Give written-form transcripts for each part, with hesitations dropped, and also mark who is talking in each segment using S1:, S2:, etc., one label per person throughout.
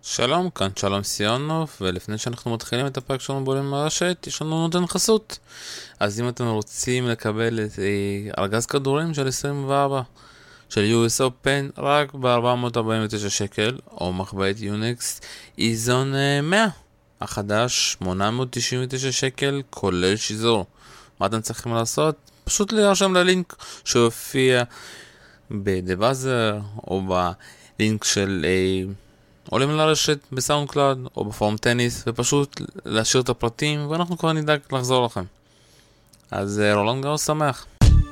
S1: שלום, כאן שלום סיונוב, ולפני שאנחנו מתחילים את הפרק שלנו בעולים ברשת, יש לנו נותן חסות. אז אם אתם רוצים לקבל את ארגז כדורים של 24 של US Open רק ב-449 שקל, או מחבאת יוניקס איזון 100 החדש 899 שקל כולל שיזור. מה אתם צריכים לעשות? פשוט להירשם ללינק שהופיע בדבאזר או בלינק של עולים לרשת בסאונד קלאוד או בפורום טניס, ופשוט להשאיר את הפרטים ואנחנו כבר נדאג לחזור לכם. אז רולנד גאוס שמח.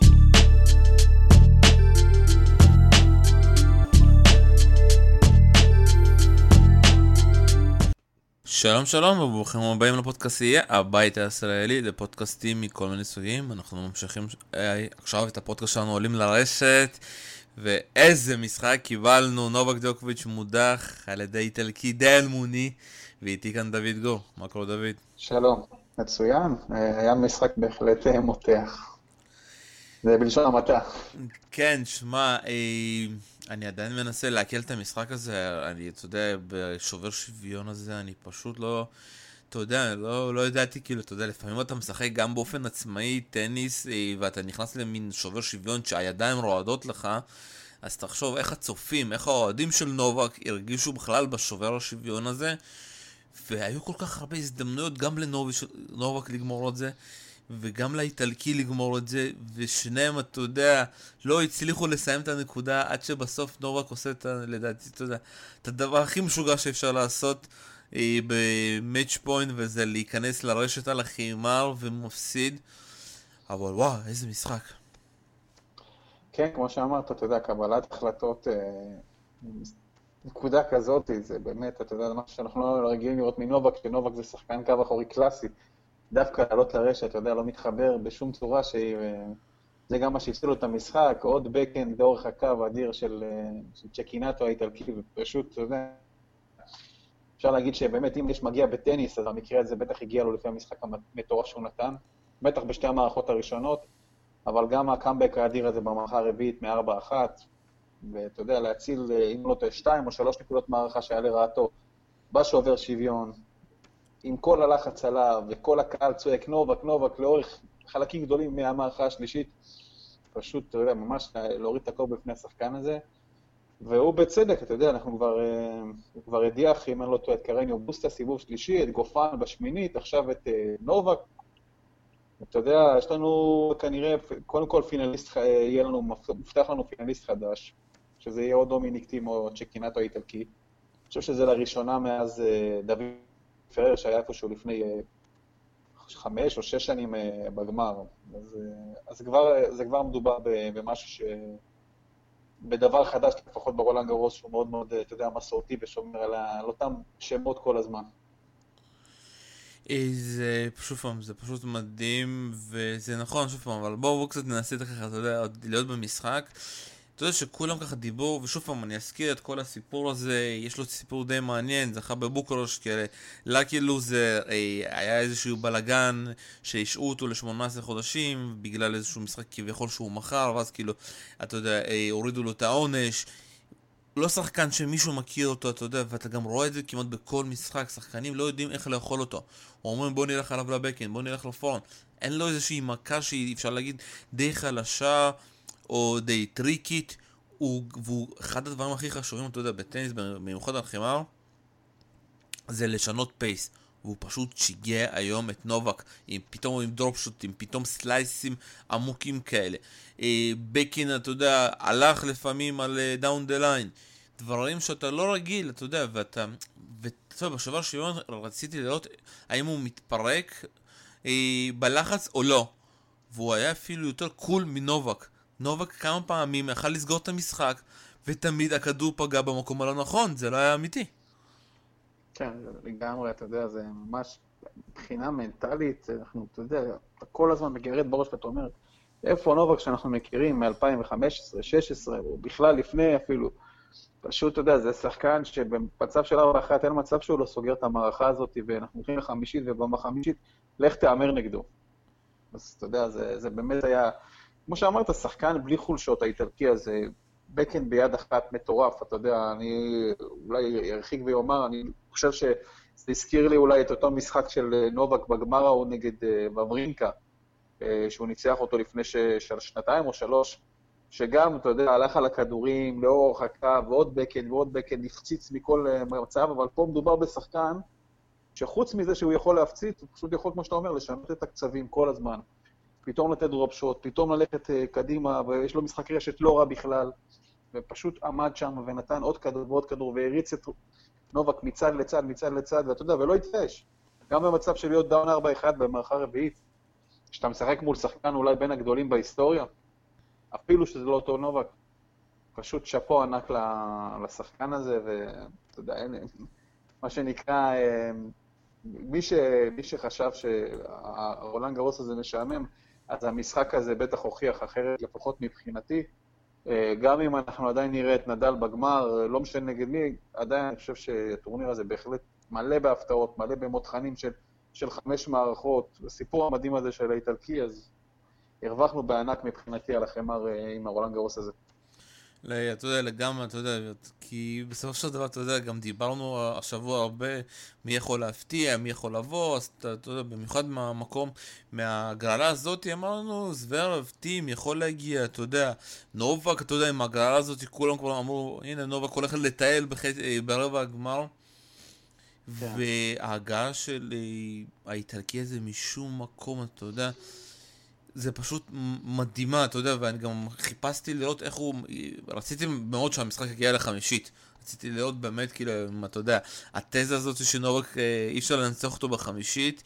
S1: שלום שלום וברוכים הבאים לפודקאסטייה, הבית הישראלי לפודקאסטים מכל מיני סוגים. אנחנו ממשיכים עכשיו את הפודקאסט שלנו עולים לרשת, ואיזה משחק קיבלנו. נובק ג'וקוביץ' מודח על ידי איטלקי דן מוני, ואיתי כאן דוד גור. מה קורה דוד?
S2: שלום, מצוין, היה משחק בהחלט מותח, זה בלשון המעטה.
S1: כן, שמע, אני עדיין מנסה להקל את המשחק הזה. אני, אתה יודע, בשובר שוויון הזה, אני פשוט לא, אתה יודע, לא ידעתי, כאילו, אתה יודע, לפעמים אתה משחק גם באופן עצמאי טניס, ואתה נכנס למין שובר שוויון שהידיים רועדות לך, אז תחשוב איך הצופים, איך האוהדים של נובק הרגישו בכלל בשובר השוויון הזה, והיו כל כך הרבה הזדמנויות גם לנובק לגמור את זה, וגם לאיטלקי לגמור את זה, ושניהם, אתה יודע, לא הצליחו לסיים את הנקודה עד שבסוף נובק עושה את, לדעתי, אתה יודע, את הדבר הכי משוגע שאפשר לעשות במאץ' פוינט, וזה להיכנס לרשת על החימר ומפסיד. אבל וואו, איזה משחק.
S2: כן, כמו שאמרת, אתה יודע, קבלת החלטות, נקודה כזאת, זה באמת, אתה יודע, זה משהו שאנחנו לא רגילים לראות מנובק, שנובק זה שחקן קו אחורי קלאסי, דווקא לעלות לרשת, אתה יודע, לא מתחבר בשום צורה זה גם מה שהפסיד לו את המשחק, עוד בקאנד לאורך הקו אדיר של צ'קינטו האיטלקי, ופשוט, אתה יודע, אפשר להגיד שבאמת אם יש מגיע בטניס, אז המקרה הזה בטח הגיע לו לפי המשחק המטורף שהוא נתן, בטח בשתי המערכות הראשונות, אבל גם הקאמבק האדיר הזה במערכה הרביעית מ-4-1, ואתה יודע, להציל, אם לא 2 או 3 נקודות מערכה שהיה לרעתו, בשובר שוויון, עם כל הלחץ עליו, וכל הקהל צועק נובק, נובק, לאורך חלקים גדולים מהמערכה השלישית, פשוט, אתה יודע, ממש להוריד את הקור בפני השחקן הזה, והוא בצדק, אתה יודע, אנחנו כבר הדיח, אם אני לא טועה, את קרניו בוסטה, סיבוב שלישי, את גופן בשמינית, עכשיו את נובק. אתה יודע, יש לנו כנראה, קודם כל פינליסט, יהיה לנו, מובטח לנו פינליסט חדש, שזה יהיה או דומיניק טים או צ'קינטו האיטלקי. אני חושב שזה לראשונה מאז דוד פרר, שהיה איפשהו לפני 5 או 6 שנים בגמר. אז זה כבר מדובר במשהו בדבר חדש, לפחות ברולנד גארוס, שהוא מאוד מאוד, אתה יודע, מסורתי ושומר על אותם שמות כל הזמן.
S1: זה פשוט מדהים, וזה נכון, שוב פעם, אבל בואו קצת ננסה את ככה, אתה יודע, להיות במשחק. אתה יודע שכולם ככה דיבור, ושוב פעם אני אזכיר את כל הסיפור הזה, יש לו סיפור די מעניין, זכה בבוקרשט, לקי לוזר, היה איזשהו בלגן שהשעו אותו ל18 חודשים, בגלל איזשהו משחק כביכול שהוא מכר, ואז כאילו, אתה יודע, הורידו לו את העונש, לא שחקן שמישהו מכיר אותו, אתה יודע, ואתה גם רואה את זה כמעט בכל משחק, שחקנים לא יודעים איך לאכול אותו, אומרים בוא נלך עליו לבקן, בוא נלך לפורן, אין לו איזושהי מכה שהיא אפשר להגיד די חלשה, או די טריקית, והוא אחד הדברים הכי חשובים, אתה יודע, בטניס, במיוחד על חימר, זה לשנות פייס, והוא פשוט שיגע היום את נובק, פתאום עם דרופשוטים, פתאום סלייסים עמוקים כאלה, בקין, אתה יודע, הלך לפעמים על דאון דה ליין, דברים שאתה לא רגיל, אתה יודע, ואתה בשובר שוויון רציתי לראות האם הוא מתפרק בלחץ או לא, והוא היה אפילו יותר קול מנובק. נובק כמה פעמים יכל לסגור את המשחק, ותמיד הכדור פגע במקום הלא נכון, זה לא היה אמיתי.
S2: כן, לגמרי, אתה יודע, זה ממש מבחינה מנטלית, אנחנו, אתה יודע, אתה כל הזמן מגרד בראש ואתה אומר, איפה נובק שאנחנו מכירים מ-2015, 2016, או בכלל לפני אפילו, פשוט, אתה יודע, זה שחקן שבמצב של 4-1 אין מצב שהוא לא סוגר את המערכה הזאת, ואנחנו הולכים לחמישית, ובחמישית, לך תאמר נגדו. אז אתה יודע, זה באמת היה, כמו שאמרת, שחקן בלי חולשות האיטלקי הזה, בקאנד ביד אחת מטורף, אתה יודע, אני אולי ארחיק ויאמר, אני חושב שזה הזכיר לי אולי את אותו משחק של נובק בגמר ההוא נגד וברינקה, שהוא ניצח אותו לפני שנתיים או שלוש, שגם, אתה יודע, הלך על הכדורים, לאורך הקו, ועוד בקאנד, הפציץ מכל מצב, אבל פה מדובר בשחקן, שחוץ מזה שהוא יכול להפציץ, הוא פשוט יכול, כמו שאתה אומר, לשנות את הקצבים כל הזמן. פתאום לתת דרופ שוט, פתאום ללכת קדימה, ויש לו משחק רשת לא רע בכלל, ופשוט עמד שם ונתן עוד כדור ועוד כדור, והריץ את נובק מצד לצד, מצד לצד, ואתה יודע, ולא התפש. גם במצב של להיות דאון 4-1 במערכה רביעית, שאתה משחק מול שחקן אולי בין הגדולים בהיסטוריה, אפילו שזה לא אותו נובק, פשוט שפו ענק לשחקן הזה, ואתה יודע, מה שנקרא, מי שחשב שהרולנד גרוס הזה משעמם, אז המשחק הזה בטח הוכיח אחרת, לפחות מבחינתי. גם אם אנחנו עדיין נראה את נדל בגמר, לא משנה נגד מי, עדיין אני חושב שהטורניר הזה בהחלט מלא בהפתעות, מלא במותחנים של 5 מערכות. הסיפור המדהים הזה של האיטלקי, אז הרווחנו בענק מבחינתי על החמר עם הרולנד גרוס הזה.
S1: אתה יודע, לגמרי, אתה יודע, כי בסופו של דבר, אתה יודע, גם דיברנו השבוע הרבה מי יכול להפתיע, מי יכול לבוא, אז אתה יודע, במיוחד מהמקום, מהגרלה הזאת, אמרנו, זוורב, טים, יכול להגיע, אתה יודע, נובק, אתה יודע, עם הגרלה הזאת, כולם כבר אמרו, הנה, נובק הולך לטייל ברבע הגמר, וההגעה של האיטלקי הזה משום מקום, אתה יודע, זה פשוט מדהימה, אתה יודע, ואני גם חיפשתי לראות איך הוא, רציתי מאוד שהמשחק יגיע לחמישית, רציתי לראות באמת, כאילו, אתה יודע, התזה הזאת שנובק אי אפשר לנצח אותו בחמישית,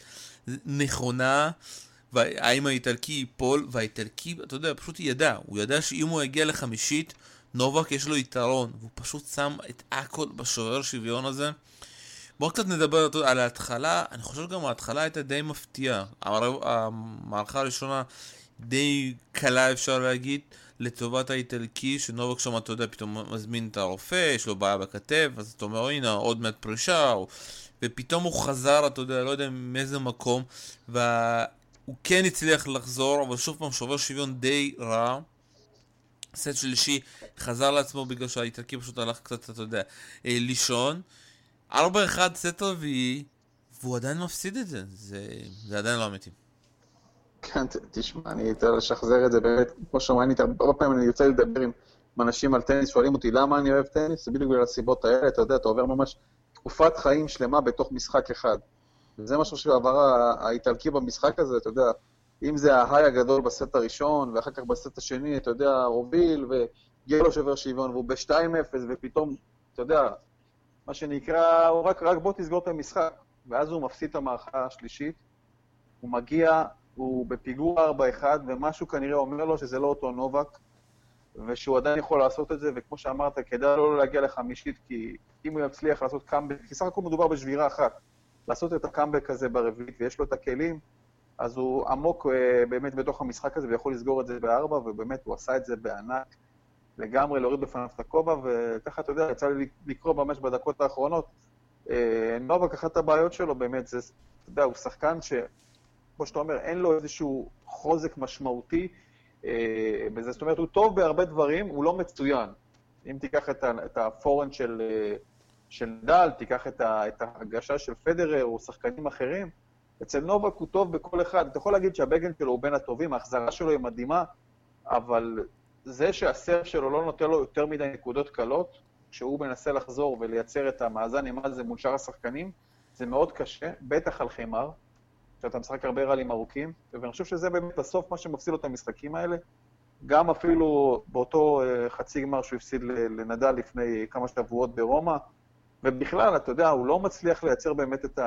S1: נכונה, והאם האיטלקי ייפול, והאיטלקי, אתה יודע, פשוט הוא ידע שאם הוא יגיע לחמישית, נובק יש לו יתרון, והוא פשוט שם את הכל בשובר שוויון הזה. בואו קצת נדבר על ההתחלה, אני חושב גם ההתחלה הייתה די מפתיעה, המערכה הראשונה די קלה אפשר להגיד, לטובת האיטלקי, שנובק שם אתה יודע פתאום מזמין את הרופא, יש לו בעיה בכתב, אז אתה אומר הנה עוד מעט פרישה, ופתאום הוא חזר, אתה יודע, לא יודע מאיזה מקום, והוא כן הצליח לחזור, אבל שוב פעם שובר שוויון די רע, סט שלישי חזר לעצמו בגלל שהאיטלקי פשוט הלך קצת, אתה יודע, לישון, 4-1 סט רביעי, והוא עדיין מפסיד את זה, זה עדיין לא אמיתי.
S2: כן, תשמע, אני אתן לשחזר את זה באמת, כמו שאומרים, הרבה פעמים אני יוצא לדבר עם אנשים על טניס, שואלים אותי למה אני אוהב טניס, זה בדיוק בגלל הסיבות האלה, אתה יודע, אתה עובר ממש תקופת חיים שלמה בתוך משחק אחד. וזה משהו שעבר האיטלקי במשחק הזה, אתה יודע, אם זה ההיי הגדול בסט הראשון, ואחר כך בסט השני, אתה יודע, רוביל, וגיע לו שובר שוויון, והוא ב-2-0, ופתאום, אתה יודע, מה שנקרא, הוא רק בוא תסגור את המשחק, ואז הוא מפסיד את המערכה השלישית, הוא מגיע, הוא בפיגור 4-1, ומשהו כנראה אומר לו שזה לא אותו נובק, ושהוא עדיין יכול לעשות את זה, וכמו שאמרת, כדאי לא להגיע לחמישית, כי אם הוא יצליח לעשות קאמבק, כי סך הכל מדובר בשבירה אחת, לעשות את הקאמבק הזה ברביעית, ויש לו את הכלים, אז הוא עמוק באמת בתוך המשחק הזה, ויכול לסגור את זה ב4, ובאמת הוא עשה את זה בענק, לגמרי להוריד בפניו את הכובע, וככה אתה יודע, יצא לי לקרוא ממש בדקות האחרונות, נובק אחת הבעיות שלו באמת, זה, אתה יודע, הוא שחקן ש... כמו שאתה אומר, אין לו איזשהו חוזק משמעותי בזה, זאת אומרת, הוא טוב בהרבה דברים, הוא לא מצוין. אם תיקח את הפורנד של נדל, תיקח את ההגשה של פדרר או שחקנים אחרים, אצל נובק הוא טוב בכל אחד. אתה יכול להגיד שהבגן שלו הוא בין הטובים, ההחזרה שלו היא מדהימה, אבל זה שהסרף שלו לא נותן לו יותר מדי נקודות קלות, כשהוא מנסה לחזור ולייצר את המאזן עם הזה מול שאר השחקנים, זה מאוד קשה, בטח על חמר, שאתה משחק הרבה רלים ארוכים, ואני חושב שזה באמת בסוף מה שמפסיד לו את המשחקים האלה, גם אפילו באותו חצי גמר שהוא הפסיד לנדל לפני כמה שבועות ברומא, ובכלל, אתה יודע, הוא לא מצליח לייצר באמת את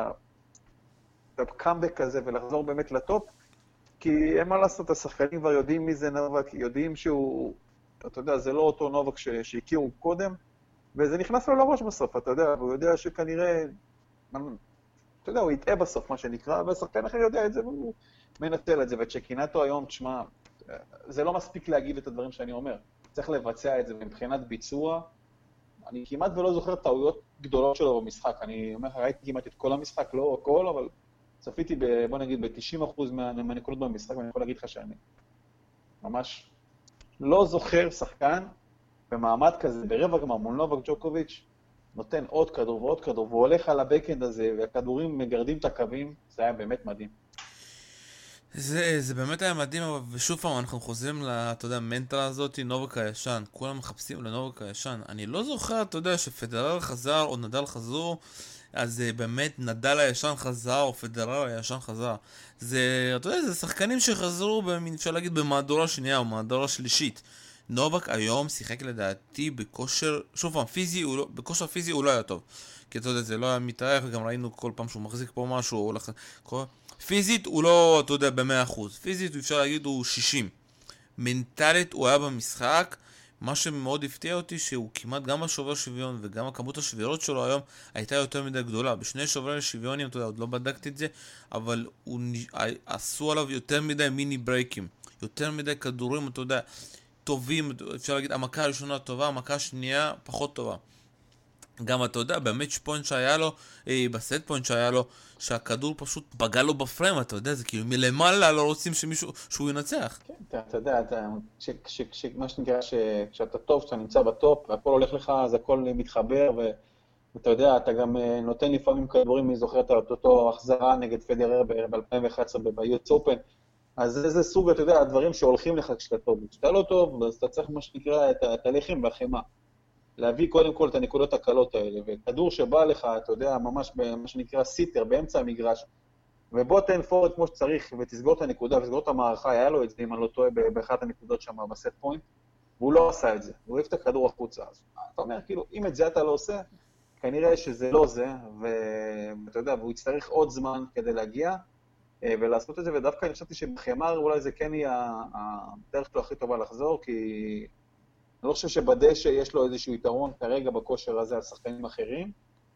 S2: הקאמבק הזה ולחזור באמת לטופ, כי אין מה לעשות, השחקנים כבר יודעים מי זה נובק, יודעים שהוא, אתה יודע, זה לא אותו נובק שהכירו קודם, וזה נכנס לו לראש בסוף, אתה יודע, והוא יודע שכנראה, אתה יודע, הוא יטעה בסוף, מה שנקרא, והשחקן אחר יודע את זה, והוא מנצל את זה, וצ'קינטו היום, תשמע, זה לא מספיק להגיד את הדברים שאני אומר, צריך לבצע את זה, ומבחינת ביצוע, אני כמעט ולא זוכר טעויות גדולות שלו במשחק, אני אומר לך, ראיתי כמעט את כל המשחק, לא הכל, אבל צפיתי, בוא נגיד, ב-90% מהנקודות במשחק, ואני יכול להגיד לך שאני ממש לא זוכר שחקן במעמד כזה, ברבע גמר מול נובק ג'וקוביץ', נותן עוד כדור ועוד כדור, והוא הולך על הבקאנד הזה, והכדורים מגרדים את הקווים, זה היה באמת מדהים.
S1: זה באמת היה מדהים, אבל ושוב פעם אנחנו חוזרים אתה יודע, המנטרה הזאת, נובק הישן. כולם מחפשים לנובק הישן. אני לא זוכר, אתה יודע, שפדרר חזר או נדל חזרו, אז באמת נדל הישן חזר או פדרר הישן חזר. זה, אתה יודע, זה שחקנים שחזרו, אפשר להגיד, במהדורה שנייה או מהדורה שלישית. נובק היום שיחק לדעתי בכושר, שוב פעם, בכושר פיזי הוא לא היה טוב. כי אתה יודע, זה לא היה מתארך, וגם ראינו כל פעם שהוא מחזיק פה משהו, הוא הולך... פיזית הוא לא, אתה יודע, ב-100%. פיזית אפשר להגיד הוא 60. מנטלית הוא היה במשחק. מה שמאוד הפתיע אותי שהוא כמעט גם השובר שוויון וגם הכמות השבירות שלו היום הייתה יותר מדי גדולה. בשני שוברי שוויונים, אתה יודע, עוד לא בדקתי את זה, אבל עשו עליו יותר מדי מיני ברייקים. יותר מדי כדורים, אתה יודע, טובים. אפשר להגיד, המכה הראשונה טובה, המכה השנייה פחות טובה. גם אתה יודע, במאץ' פוינט שהיה לו, בסט פוינט שהיה לו, שהכדור פשוט פגע לו בפריים, אתה יודע, זה כאילו מלמעלה לא רוצים שהוא ינצח.
S2: כן, אתה יודע, מה שנקרא, כשאתה טוב, כשאתה נמצא בטופ, והכל הולך לך, אז הכל מתחבר, ואתה יודע, אתה גם נותן לפעמים כדורים, אני זוכר את אותו החזרה נגד פדרר ב-2011 ב-US Open, אז זה סוג, אתה יודע, הדברים שהולכים לך כשאתה טוב. כשאתה לא טוב, אז אתה צריך מה שנקרא את הלחם והחמה. להביא קודם כל את הנקודות הקלות האלה, וכדור שבא לך, אתה יודע, ממש במה שנקרא סיטר, באמצע המגרש, ובוא תן פורד כמו שצריך, ותסגור את הנקודה, ותסגור את המערכה, היה לו את זה, אם אני לא טועה, באחת הנקודות שם, בסט פוינט, והוא לא עשה את זה, הוא אוהב את הכדור החוצה. אז אתה אומר, כאילו, אם את זה אתה לא עושה, כנראה שזה לא זה, ואתה יודע, והוא יצטרך עוד זמן כדי להגיע, ולעשות את זה, ודווקא אני חשבתי שבחמר אולי זה כן יהיה הדרך שלו הכי טובה לחזור, כי אני לא חושב שבדשא יש לו איזשהו יתרון כרגע בכושר הזה על שחקנים אחרים.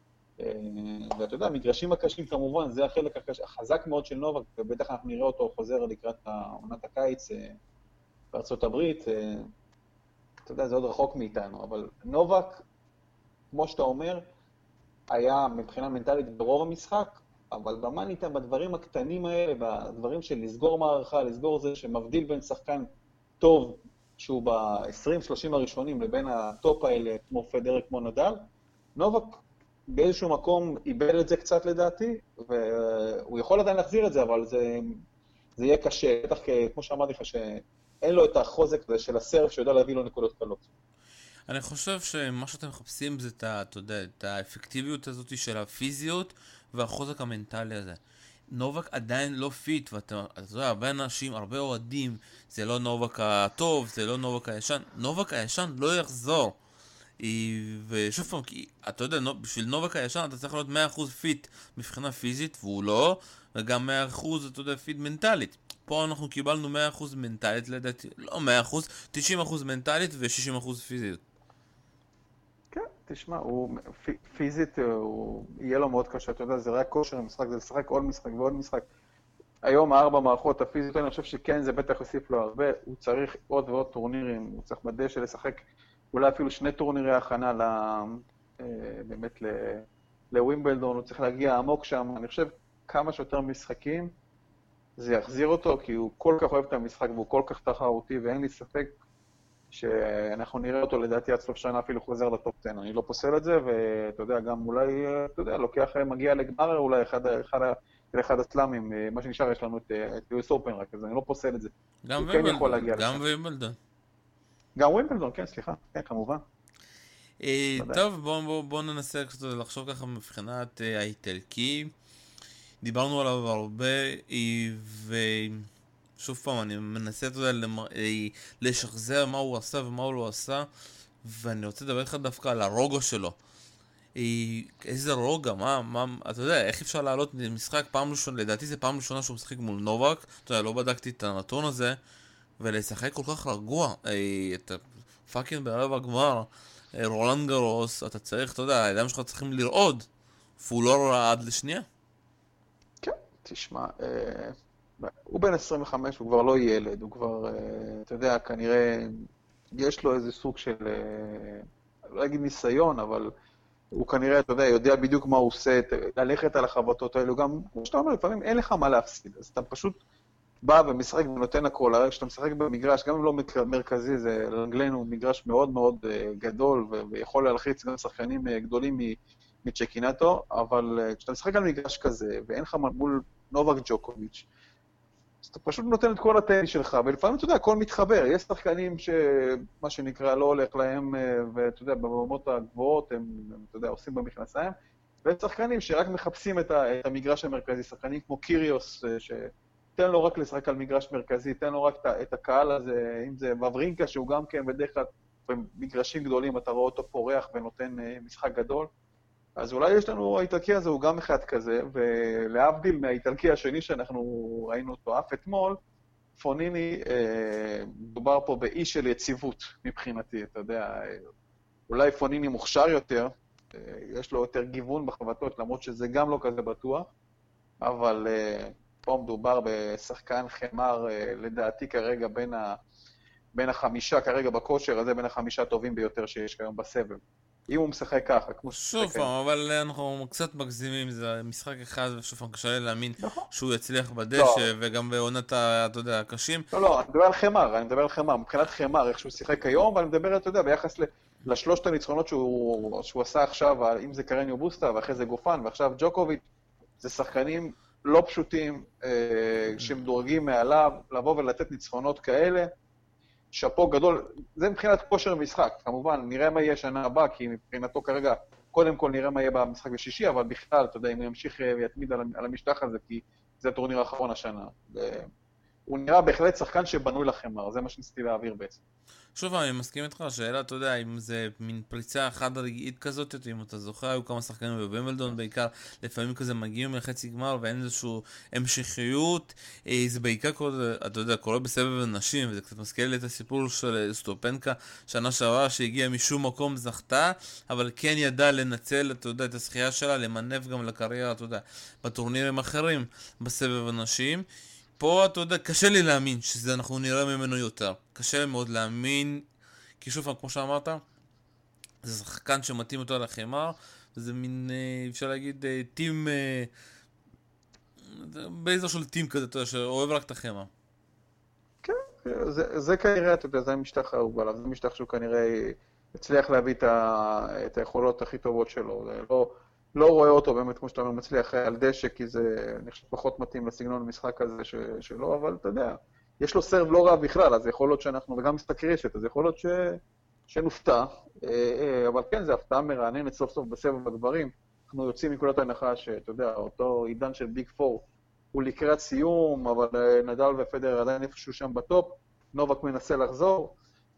S2: ואתה יודע, המגרשים הקשים כמובן, זה החלק החזק מאוד של נובק, ובטח אנחנו נראה אותו חוזר לקראת עונת הקיץ בארצות הברית. אתה יודע, זה עוד רחוק מאיתנו, אבל נובק, כמו שאתה אומר, היה מבחינה מנטלית ברוב המשחק, אבל במאניטה, בדברים הקטנים האלה, בדברים של לסגור מערכה, לסגור זה שמבדיל בין שחקן טוב, שהוא ב-20-30 הראשונים לבין הטופ האלה, כמו פדרר, כמו נדל, נובק באיזשהו מקום איבד את זה קצת לדעתי, והוא יכול עדיין להחזיר את זה, אבל זה יהיה קשה, בטח כמו שאמרתי לך, שאין לו את החוזק הזה של הסרף שיודע להביא לו נקודות קלות.
S1: אני חושב שמה שאתם מחפשים זה אתה יודע, את האפקטיביות הזאת של הפיזיות והחוזק המנטלי הזה. נובק עדיין לא פיט, ואתה יודע, הרבה אנשים, הרבה אוהדים, זה לא נובק הטוב, זה לא נובק הישן. נובק הישן לא יחזור. ושוב פעם, כי אתה יודע, בשביל נובק הישן אתה צריך להיות 100% פיט מבחינה פיזית, והוא לא, וגם 100% אתה יודע, פיט מנטלית. פה אנחנו קיבלנו 100% מנטלית לדעתי, לא 100%, 90% מנטלית ו-60% פיזית.
S2: כן, תשמע, פיזית יהיה לו מאוד קשה, אתה יודע, זה רק כושר המשחק, זה לשחק עוד משחק ועוד משחק. היום 4 מערכות הפיזיות, אני חושב שכן, זה בטח יוסיף לו הרבה, הוא צריך עוד ועוד טורנירים, הוא צריך בדשא לשחק אולי אפילו 2 טורנירי הכנה באמת לווימבלדון, הוא צריך להגיע עמוק שם, אני חושב כמה שיותר משחקים, זה יחזיר אותו, כי הוא כל כך אוהב את המשחק והוא כל כך תחרותי, ואין לי ספק שאנחנו נראה אותו לדעתי עד סוף שנה אפילו חוזר לטופ 10. אני לא פוסל את זה, ואתה יודע, גם אולי, אתה יודע, לוקח, מגיע לגמר אולי אחד הסלאמים, מה שנשאר יש לנו את US Open רק, אז אני לא פוסל את זה.
S1: גם וימבלדון.
S2: גם וימבלדון, כן, סליחה, כן, כמובן.
S1: טוב, בואו ננסה לחשוב ככה מבחינת האיטלקי. דיברנו עליו הרבה, ושוב פעם, אני מנסה לשחזר מה הוא עשה ומה הוא לא עשה, ואני רוצה לדבר איתך דווקא על הרוגו שלו. איזה רוגע, אתה יודע, איך אפשר לעלות משחק פעם ראשונה, לדעתי זה פעם ראשונה שהוא משחק מול נובק, אתה יודע, לא בדקתי את הנתון הזה, ולשחק כל כך רגוע, אתה פאקינג ברבע הגמר, רולנד גרוס, אתה צריך, אתה יודע, הידיים שלך צריכים לרעוד, והוא לא רעד לשנייה.
S2: כן, תשמע, הוא בן 25, הוא כבר לא ילד, הוא כבר, אתה יודע, כנראה יש לו איזה סוג של, לא אגיד ניסיון, אבל הוא כנראה, אתה יודע בדיוק מה הוא עושה, ללכת על החבטות האלו, גם, כמו שאתה אומר, לפעמים אין לך מה להפסיד, אז אתה פשוט בא ומשחק ונותן הכל, הרי כשאתה משחק במגרש, גם אם לא מרכזי, זה לרגלינו מגרש מאוד מאוד גדול, ויכול להלחיץ גם שחקנים גדולים מצ'קינטו, אבל כשאתה משחק על מגרש כזה, ואין לך מול נובק ג'וקוביץ', אז אתה פשוט נותן את כל הטניס שלך, ולפעמים, אתה יודע, הכל מתחבר. יש שחקנים שמה שנקרא לא הולך להם, ואתה יודע, ברמות הגבוהות, הם, אתה יודע, עושים במכנסיים, ויש שחקנים שרק מחפשים את המגרש המרכזי, שחקנים כמו קיריוס, תן לו רק לשחק על מגרש מרכזי, תן לו רק את הקהל הזה, אם זה וברינקה, שהוא גם כן בדרך כלל במגרשים גדולים, אתה רואה אותו פורח ונותן משחק גדול. אז אולי יש לנו, האיטלקי הזה הוא גם אחד כזה, ולהבדיל מהאיטלקי השני שאנחנו ראינו אותו אף אתמול, פוניני, מדובר פה באיש של יציבות מבחינתי, אתה יודע, אולי פוניני מוכשר יותר, יש לו יותר גיוון בחבטות, למרות שזה גם לא כזה בטוח, אבל פה מדובר בשחקן חמר, לדעתי כרגע בין החמישה, כרגע בכושר הזה, בין החמישה הטובים ביותר שיש כיום בסבב. אם הוא משחק ככה, כמו
S1: שוב פעם, אבל אנחנו קצת מגזימים, זה משחק אחד, ושוב פעם, קשה לי להאמין שהוא יצליח בדשא, וגם בעונת, אתה יודע, הקשים.
S2: לא, אני מדבר על חמר, מבחינת חמר, איך שהוא שיחק היום, ואני מדבר, אתה יודע, ביחס לשלושת הניצחונות שהוא עשה עכשיו, אם זה קרניו בוסטה, ואחרי זה גופן, ועכשיו ג'וקוביץ', זה שחקנים לא פשוטים, שמדורגים מעליו, לבוא ולתת ניצחונות כאלה, שפו גדול, זה מבחינת כושר משחק, כמובן, נראה מה יהיה שנה הבאה, כי מבחינתו כרגע, קודם כל נראה מה יהיה במשחק בשישי, אבל בכלל, אתה יודע, אם הוא ימשיך ויתמיד על המשטח הזה, כי זה הטורניר האחרון השנה. הוא נראה בהחלט שחקן שבנוי לחמר, זה מה שניסיתי להעביר בעצם.
S1: שוב, אני מסכים איתך, השאלה, אתה יודע, אם זה מין פריצה חד רגעית כזאת, אם אתה זוכר, היו כמה שחקנים בווימבלדון בעיקר, לפעמים כזה מגיעים לחצי גמר ואין איזושהי המשכיות, זה בעיקר, אתה יודע, קורה בסבב הנשים, וזה קצת מזכיר לי את הסיפור של סטופנקה, שנה שעברה שהגיעה משום מקום זכתה, אבל כן ידעה לנצל, אתה יודע, את הזכייה שלה, למנף גם לקריירה, אתה יודע, בטורנירים אחרים בסבב הנשים. פה, אתה יודע, קשה לי להאמין שזה אנחנו נראה ממנו יותר. קשה לי מאוד להאמין, כי שוב, כמו שאמרת, זה שחקן שמתאים אותו לחמר, וזה מין, אפשר להגיד, טים, באיזו של טים כזה, אתה יודע, שאוהב רק את החמר.
S2: כן, זה כנראה, אתה יודע, זה המשטח האהוב עליו, זה משטח שהוא כנראה הצליח להביא את היכולות הכי טובות שלו. לא רואה אותו באמת, כמו שאתה אומר, מצליח על דשא, כי זה נחשב פחות מתאים לסגנון המשחק הזה שלו, אבל אתה יודע, יש לו סרב לא רע בכלל, אז יכול להיות שאנחנו, וגם משחק רשת, אז יכול להיות שנופתע, אבל כן, זה הפתעה מרעננת סוף סוף בסבב הגברים. אנחנו יוצאים מנקודת ההנחה שאתה יודע, אותו עידן של ביג פור, הוא לקראת סיום, אבל נדל ופדר עדיין איפשהו שם בטופ, נובק מנסה לחזור,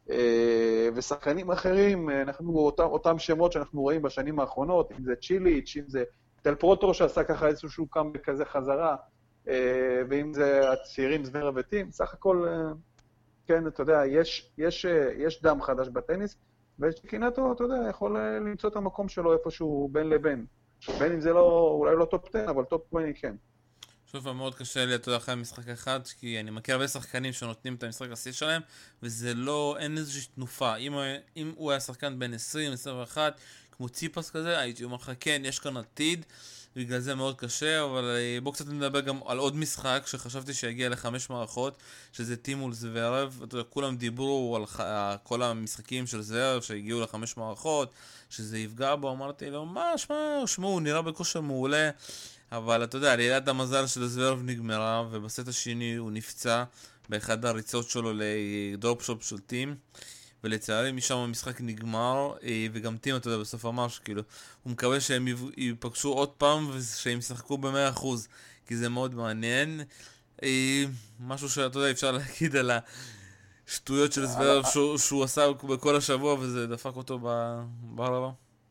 S2: ושחקנים אחרים, אנחנו אותם שמות שאנחנו רואים בשנים האחרונות, אם זה צ'יליץ', אם זה טל פרוטרו שעשה ככה איזשהו קאמבק כזה חזרה, ואם זה הצעירים זוורב וטים, סך הכל, כן, אתה יודע, יש דם חדש בטניס, ושקינטו, אתה יודע, יכול למצוא את המקום שלו איפשהו בין לבין. בין אם זה לא, אולי לא טופ 10, אבל טופ 20 כן.
S1: שוב, מאוד קשה לי, אתה יודע, אחרי משחק אחד, כי אני מכיר הרבה שחקנים שנותנים את המשחק השיא שלהם, וזה לא, אין איזושהי תנופה. אם הוא היה שחקן בין 20, 21, כמו ציפס כזה, הייתי אומר לך, כן, יש כאן עתיד, בגלל זה מאוד קשה, אבל בואו קצת נדבר גם על עוד משחק, שחשבתי שיגיע ל5 מערכות, שזה טים מול זוורב, אתה יודע, כולם דיברו על כל המשחקים של זוורב, שהגיעו ל5 מערכות, שזה יפגע בו, אמרתי לו, מה, שמע, הוא נראה בכושר מעולה, אבל אתה יודע, עלילת המזל של זוורב נגמרה, ובסט השני הוא נפצע באחד הריצות שלו לדרופשופ של טים, ולצערי משם המשחק נגמר, וגם טים, אתה יודע, בסוף אמר שכאילו, הוא מקווה שהם ייפגשו עוד פעם, ושהם ישחקו ב100%, כי זה מאוד מעניין. משהו שאתה יודע, אפשר להגיד על השטויות של זוורב שהוא עשה בכל השבוע, וזה דפק אותו בערבה.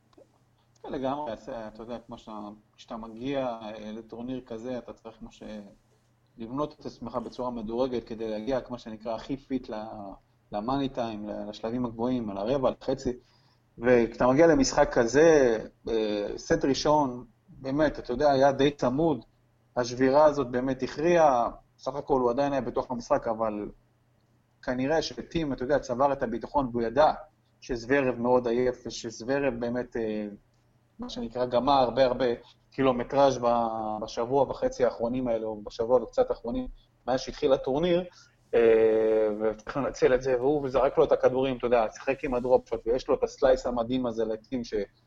S2: לגמרי, אתה יודע, כמו שאתה מגיע לטורניר כזה, אתה צריך כמו לבנות את עצמך בצורה מדורגת, כדי להגיע, כמו שנקרא, הכי פיט למאני טיים, לשלבים הגבוהים, על הרבע, לחצי, וכשאתה מגיע למשחק כזה, סט ראשון, באמת, אתה יודע, היה די צמוד, השבירה הזאת באמת הכריעה, סך הכל הוא עדיין היה בתוך המשחק, אבל כנראה שטים, אתה יודע, צבר את הביטחון, והוא ידע שזוורב מאוד עייף, ושזוורב באמת, מה שנקרא, גמר הרבה קילומטראז' בשבוע וחצי האחרונים האלה, או בשבוע וקצת האחרונים מאז שהתחיל הטורניר, וצריך לנצל את זה, והוא זרק לו את הכדורים, אתה יודע, שיחק עם הדרופ-שוט, ויש לו את הסלייס המדהים הזה לטים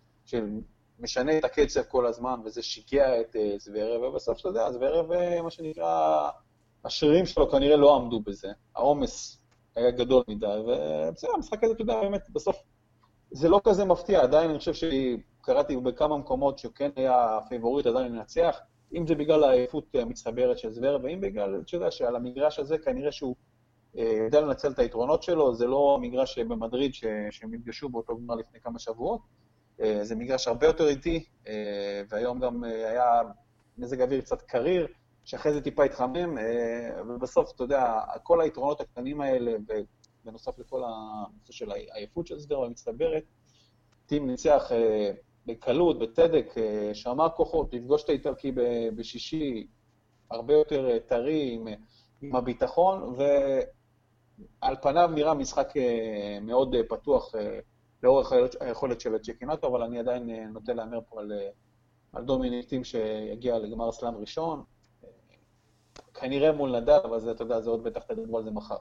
S2: שמשנה את הקצב כל הזמן, וזה שיגע את זוורב, ובסוף אתה יודע, זוורב, מה שנקרא, השרירים שלו כנראה לא עמדו בזה, העומס היה גדול מדי, ובסדר, המשחק הזה, אתה יודע, באמת, בסוף, זה לא כזה מפתיע, עדיין אני חושב שקראתי בכמה מקומות שכן היה פייבוריט עדיין לנצח, אם זה בגלל העייפות המצטברת של זוורב, ואם בגלל, אתה יודע, שעל המגרש הזה כנראה שהוא יודע לנצל את היתרונות שלו, זה לא מגרש במדריד שהם נפגשו באותו גמר לפני כמה שבועות, זה מגרש הרבה יותר איטי, והיום גם היה מזג אוויר קצת קריר, שאחרי זה טיפה התחמם, ובסוף, אתה יודע, כל היתרונות הקטנים האלה, בנוסף לכל הנושא של העייפות של זוורב המצטברת, טים ניצח בקלות, בצדק, שמר כוחות, לפגוש את האיטלקי בשישי, הרבה יותר טרי, עם הביטחון, ועל פניו נראה משחק מאוד פתוח לאורך היכולת של צ'קינטו, אבל אני עדיין נוטה לאמר פה על דומיניק טים שיגיע לגמר סלאם ראשון, כנראה מול נדל, אבל אתה יודע, זה עוד בטח תדברו על זה מחר.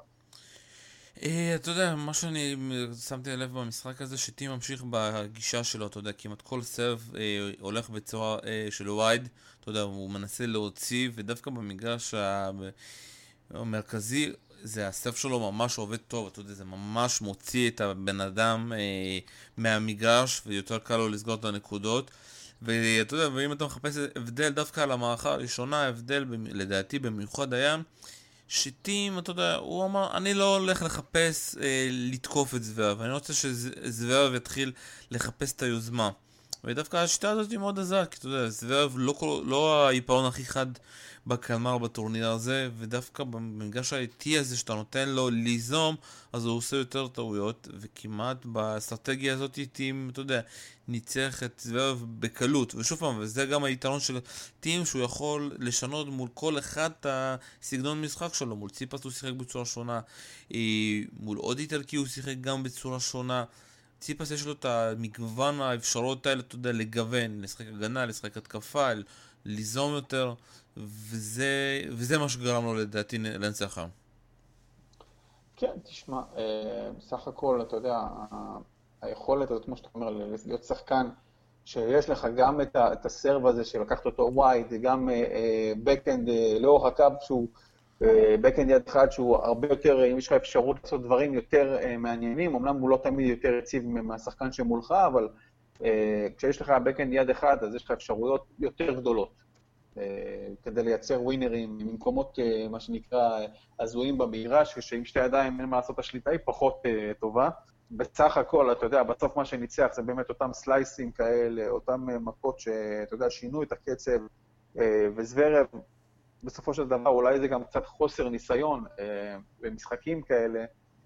S1: אתה יודע, מה שאני שמתי לב במשחק הזה, שטים ממשיך בגישה שלו, אתה יודע, כמעט כל סרב הולך בצורה של וייד, אתה יודע, הוא מנסה להוציא, ודווקא במגרש המרכזי, זה הסרב שלו ממש עובד טוב, אתה יודע, זה ממש מוציא את הבן אדם מהמגרש, ויותר קל לו לסגור את הנקודות. ואתה יודע, ואם אתה מחפש הבדל דווקא על המערכה הראשונה, ההבדל לדעתי במיוחד היה שטים, אתה יודע, הוא אמר, אני לא הולך לחפש לתקוף את זוורב, אני רוצה שזוורב יתחיל לחפש את היוזמה. ודווקא השיטה הזאת היא מאוד עזרה, כי אתה יודע, זוורב לא העיפרון הכי חד בקלמר בטורניר הזה, ודווקא במגרש האיטי הזה שאתה נותן לו ליזום, אז הוא עושה יותר טעויות, וכמעט באסטרטגיה הזאת טים, אתה יודע, ניצח את זוורב בקלות, ושוב פעם, וזה גם היתרון של טים, שהוא יכול לשנות מול כל אחד את הסגנון משחק שלו, מול ציפס הוא שיחק בצורה שונה, מול עוד איטלקי הוא שיחק גם בצורה שונה, ציפס יש לו את המגוון האפשרות האלה, אתה יודע, לגוון, לשחק הגנה, לשחק התקפה, ליזום יותר, וזה מה שגרם לו לדעתי לנצח.
S2: כן, תשמע, בסך הכל, אתה יודע, היכולת הזאת, כמו שאתה אומר, להיות שחקן, שיש לך גם את הסרב הזה שלקחת אותו ווייד, גם בקאנד לאורך הקו שהוא בקאנד יד אחד שהוא הרבה יותר, אם יש לך אפשרות לעשות דברים יותר מעניינים, אמנם הוא לא תמיד יותר יציב מהשחקן שמולך, אבל כשיש לך בקאנד יד אחד, אז יש לך אפשרויות יותר גדולות, כדי לייצר ווינרים ממקומות, מה שנקרא, הזויים במגרש, ושעם שתי ידיים אין מה לעשות, השליטה היא פחות טובה. בסך הכל, אתה יודע, בסוף מה שניצח זה באמת אותם סלייסים כאלה, אותם מכות שאתה יודע, שינו את הקצב, וזוורב, בסופו של דבר, אולי זה גם קצת חוסר ניסיון במשחקים כאלה,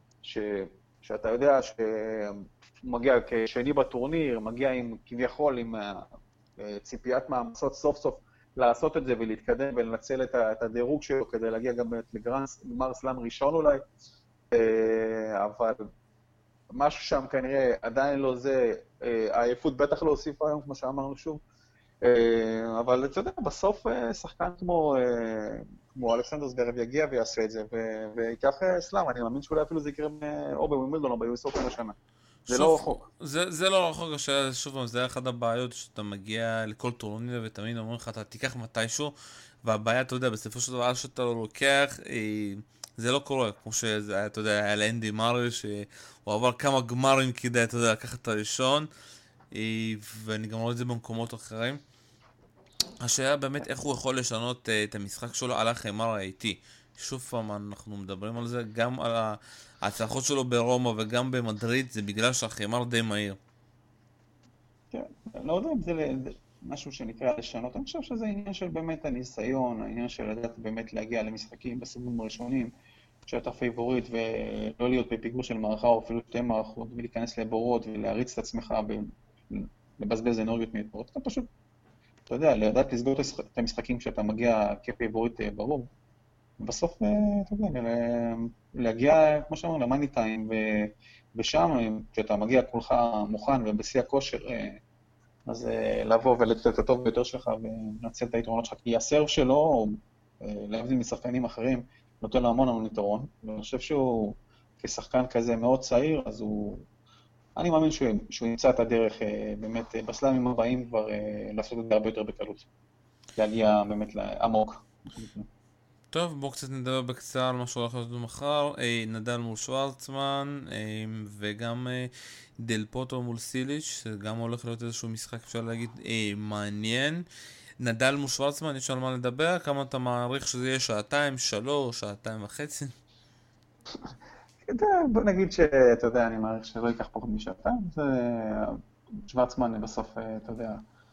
S2: שאתה יודע שמגיע כשני בטורניר, מגיע כביכול עם ציפיית מאמצות סוף סוף לעשות את זה ולהתקדם ולנצל את הדירוג שלו כדי להגיע גם לגמר סלאם ראשון אולי, אבל משהו שם כנראה עדיין לא זה, העייפות בטח לא הוסיפה היום כמו שאמרנו שוב, אבל אתה יודע, בסוף שחקן כמו אלכסנדר זוורב יגיע ויעשה את זה, ויקח סלאם, אני מאמין שאולי אפילו זה יקרה או בווימבלדון או ב-US Open השנה. זה לא רחוק.
S1: זה לא רחוק, שוב פעם, זה אחד הבעיות שאתה מגיע לכל טורניר ותמיד אומרים לך, אתה תיקח מתישהו, והבעיה, אתה יודע, בסופו של דבר שאתה לא לוקח, זה לא קורה, כמו שזה היה, אתה יודע, היה לאנדי מארי, שהוא עבר כמה גמרים כדי, אתה יודע, לקחת את הראשון, ואני גם רואה את זה במקומות אחרים. השאלה באמת איך הוא יכול לשנות את המשחק שלו על החמר האיטי. שוב פעם אנחנו מדברים על זה, גם על ההצלחות שלו ברומא וגם במדריד, זה בגלל שהחמר די מהיר.
S2: כן, לא יודע אם זה משהו שנקרא לשנות, אני חושב שזה עניין של באמת הניסיון, העניין של לדעת באמת להגיע למשחקים בסיבובים הראשונים, שאתה פייבוריט ולא להיות בפיגור של מערכה או אפילו שתי מערכות, ולהיכנס לבורות ולהריץ את עצמך לבזבז אנרגיות מיותרות. אתה פשוט, אתה יודע, לדעת לסגור את המשחקים כשאתה מגיע כפייבוריט ברור. ובסוף, אתה יודע, להגיע, כמו שאמרנו, למאני טיים, ושם, כשאתה מגיע כולך מוכן ובשיא הכושר, אז לבוא ולתת את הטוב ביותר שלך ולנצל את היתרונות שלך, כי הסרב שלו להבדיל משחקנים אחרים, נותן לו המון המון יתרון, ואני חושב שהוא כשחקן כזה מאוד צעיר, אז אני מאמין שהוא ימצא את הדרך באמת בסלאמים הבאים כבר לעשות את זה הרבה יותר בקלות, להגיע באמת לעמוק.
S1: טוב, בואו קצת נדבר בקצרה על מה שהולך להיות מחר. נדל מול שוורצמן, וגם דל פוטו מול סיליץ', זה גם הולך להיות איזשהו משחק, אפשר להגיד, מעניין. נדל מול שוורצמן, יש על מה לדבר, כמה אתה מעריך שזה יהיה שעתיים, 3, 2.5?
S2: בוא נגיד שאתה יודע, אני מעריך שלא ייקח פחות משעתיים, שוורצמן בסוף, אתה יודע,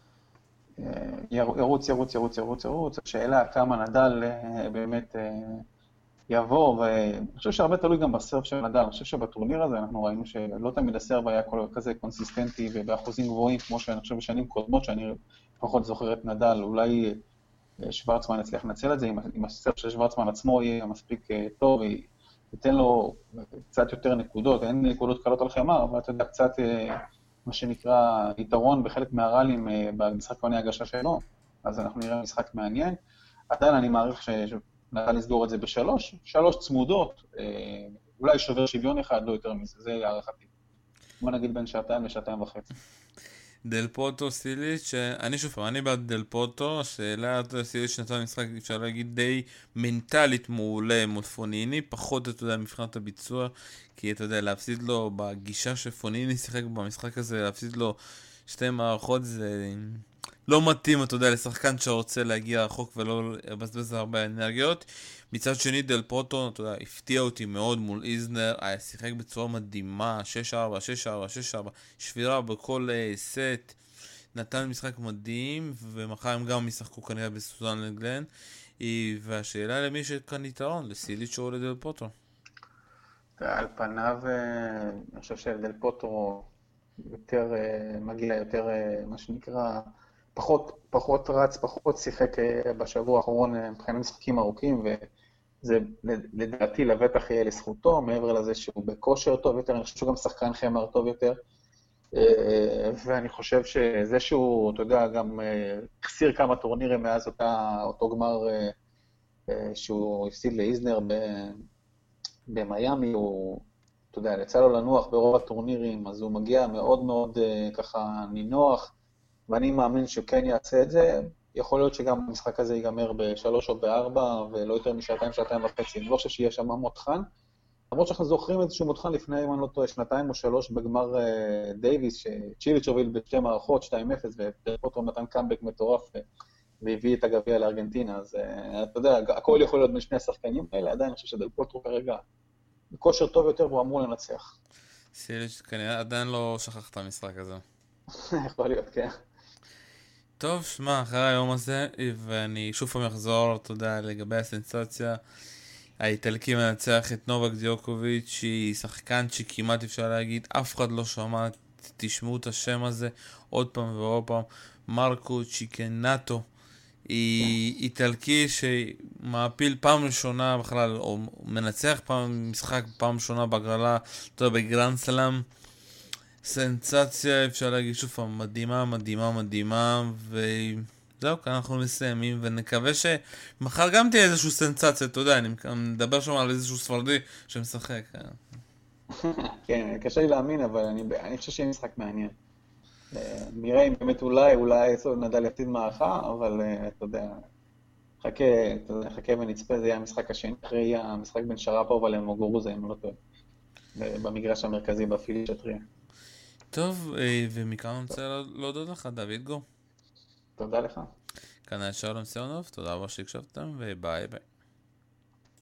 S2: ירוץ, השאלה כמה נדל באמת יעבור, ואני חושב שהרבה תלוי גם בסרב של נדל, אני חושב שבטורניר הזה אנחנו ראינו שלא תמיד הסרב היה כזה קונסיסטנטי ובאחוזים גבוהים, כמו שאני חושב בשנים קודמות, שאני פחות זוכר את נדל, אולי שוורצמן יצליח לנצל את זה, אם הסרב של שוורצמן עצמו יהיה מספיק טוב, ייתן לו קצת יותר נקודות, אין נקודות קלות על חמר, אבל אתה יודע, קצת מה שנקרא יתרון בחלק מהרלים במשחק עוני הגשה שלו, אז אנחנו נראה משחק מעניין. עדיין אני מעריך שנדל לסגור את זה שלוש צמודות, אולי שובר שוויון אחד, לא יותר מזה, זה הערכתי. בוא נגיד בין שעתיים לשעתיים וחצי.
S1: דל פוטו, סיליץ', אני שוב פעם, אני בעד דל פוטו, השאלה סיליץ' נתן משחק, אפשר להגיד, די מנטלית מעולה מול פוניני, פחות, אתה יודע, מבחינת הביצוע, כי אתה יודע, להפסיד לו בגישה שפוניני שיחק במשחק הזה, להפסיד לו 2 מערכות, זה לא מתאים, אתה יודע, לשחקן שרוצה להגיע רחוק ולא לבזבז הרבה אנרגיות. מצד שני, דל פוטו, אתה יודע, הפתיע אותי מאוד מול איזנר, היה שיחק בצורה מדהימה, 6-4, 6-4, 6-4, שבירה בכל סט, נתן משחק מדהים, ומחר הם גם ישחקו כנראה בסוזן לגלן, והשאלה למי שכאן יתרון, לסיליץ' או לדל פוטו.
S2: על פניו, אני חושב שדל פוטו יותר מגיע, יותר מה שנקרא, פחות רץ, פחות שיחק בשבוע האחרון מבחינת משחקים ארוכים, וזה לדעתי לבטח יהיה לזכותו, מעבר לזה שהוא בכושר טוב יותר, אני חושב שהוא גם שחקן חמר טוב יותר, ואני חושב שזה שהוא, אתה יודע, גם החסיר כמה טורנירים מאז אותו גמר שהוא הפסיד לאיזנר במיימי, הוא, אתה יודע, יצא לו לנוח ברוב הטורנירים, אז הוא מגיע מאוד מאוד ככה נינוח, ואני מאמין שכן יעשה את זה. יכול להיות שגם המשחק הזה ייגמר ב3 או ב4, ולא יותר משעתיים, שעתיים וחצי. אני לא חושב שיהיה שם מותחן, למרות שאנחנו זוכרים איזשהו מותחן לפני, אם אני לא טועה, 2 או 3 בגמר דייביס, שצ'יליץ' הוביל בשתי מערכות, 2-0, ודל פוטו נתן קאמבק מטורף, והביא את הגביע לארגנטינה. אז אתה יודע, הכל יכול להיות בין שני השחקנים האלה, עדיין אני חושב שדל פוטו כרגע בכושר טוב יותר, והוא אמור לנצח.
S1: סיליץ' כנראה עדיין לא שכח את המשחק הזה.
S2: יכול להיות, כן.
S1: טוב, שמע, אחרי היום הזה, ואני שוב פעם אחזור, אתה יודע, לגבי הסנסציה, האיטלקי מנצח את נובק דיוקוביץ', שהיא שחקן שכמעט אפשר להגיד, אף אחד לא שמע, תשמעו את השם הזה עוד פעם ועוד פעם, מרקו צ'יקנטו, היא איטלקי שמעפיל פעם ראשונה בכלל, או מנצח משחק פעם ראשונה בהגרלה, אתה יודע, בגרנד סלאם, סנסציה, אפשר להגיד שוב פעם, מדהימה, מדהימה, מדהימה, וזהו, כאן אנחנו מסיימים, ונקווה שמחר גם תהיה איזושהי סנסציה, אתה יודע, אני מדבר שם על איזשהו ספרדי שמשחק.
S2: כן, קשה לי להאמין, אבל אני חושב שיהיה משחק מעניין. נראה אם באמת אולי נדל יפסיד מערכה, אבל אתה יודע, חכה ונצפה, זה יהיה המשחק השני, אחרי יהיה המשחק בין שרפובה למוגורוזה, אם לא טועה, במגרש המרכזי בפיליש הטריה.
S1: טוב, ומכאן אני רוצה להודות לך, דוד גו.
S2: תודה לך.
S1: כאן היה שלום סיונוב, תודה רבה שהקשבתם, וביי ביי.